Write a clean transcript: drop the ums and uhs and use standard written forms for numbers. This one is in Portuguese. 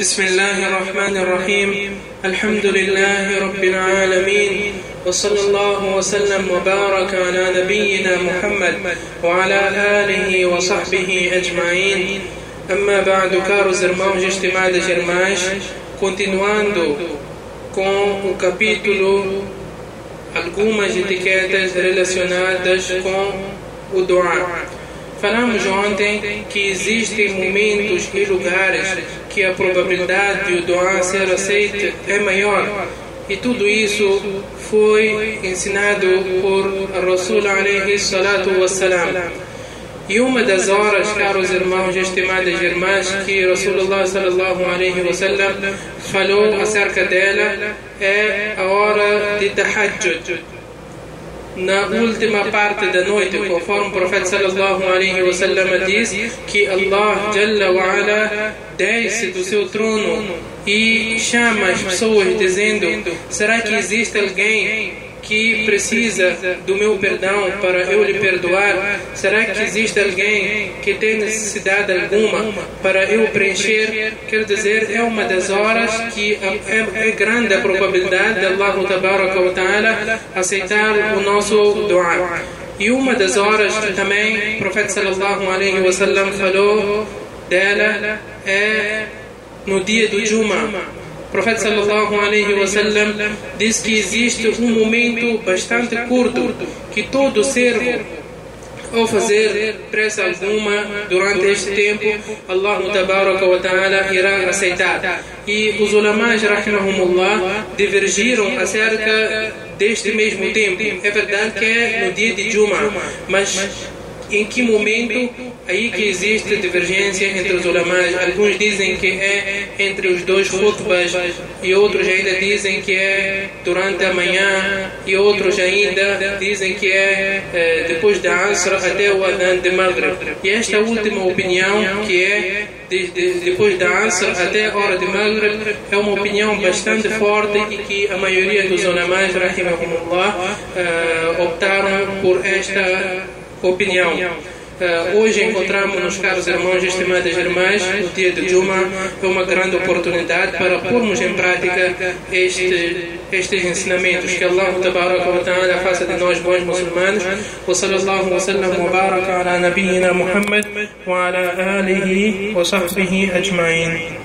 بسم الله الرحمن الرحيم الحمد لله رب العالمين وصلى الله وسلم وبارك على نبينا محمد وعلى آله وصحبه أجمعين. أما بعد, caros irmãos estimadas irmãs, continuando com o capítulo algumas etiquetas relacionadas com o dua. Falamos ontem que existem momentos e lugares que a probabilidade de o dua ser aceito é maior, e tudo isso foi ensinado por Rasul alayhi salatu wassalam. E uma das horas, caros irmãos e estimadas irmãs, que Rasulullah sallallahu alayhi wasallam falou acerca dela é a hora de tahajjud, na última parte da noite, conforme o profeta sallallahu alayhi wasallam diz que Allah Jalla wa Ala desce do seu trono e chama as pessoas dizendo: será que existe alguém que precisa do meu perdão para eu lhe perdoar? Será que existe alguém que tem necessidade alguma para eu preencher? Quer dizer, é uma das horas que é grande a probabilidade de Allah Tabaraka wa Ta'ala aceitar o nosso dua. E uma das horas que também o profeta sallallahu alayhi wa sallam falou dela é no dia do Juma. O profeta sallallahu alayhi wa sallam diz que existe um momento bastante curto que todo servo, ao fazer pressa alguma durante este tempo, Allah Tabaraka wa Ta'ala irá aceitar. E os ulamás, rahimahumullah, divergiram acerca deste mesmo tempo. É verdade que é no dia de Juma, mas em que momento? Aí que existe divergência entre os ulamás. Alguns dizem que é entre os dois khutbas, e outros ainda dizem que é durante a manhã, e outros ainda dizem que é depois da Asr até o Adhan de Maghrib. E esta última opinião, que é depois da Asr até a hora de Maghrib, é uma opinião bastante forte e que a maioria dos ulamás, rahimahumullah, optaram por esta opinião. Hoje encontramos-nos, caros irmãos e estimadas irmãs, no dia de Juma. É uma grande oportunidade para pormos em prática estes ensinamentos. Que Allah Tabaraka wa Ta'ala faça de nós bons muçulmanos. Wa sallallahu wa sallam wa baraka ala nabiyyina Muhammad wa ala alihi wa sahbihi ajma'in.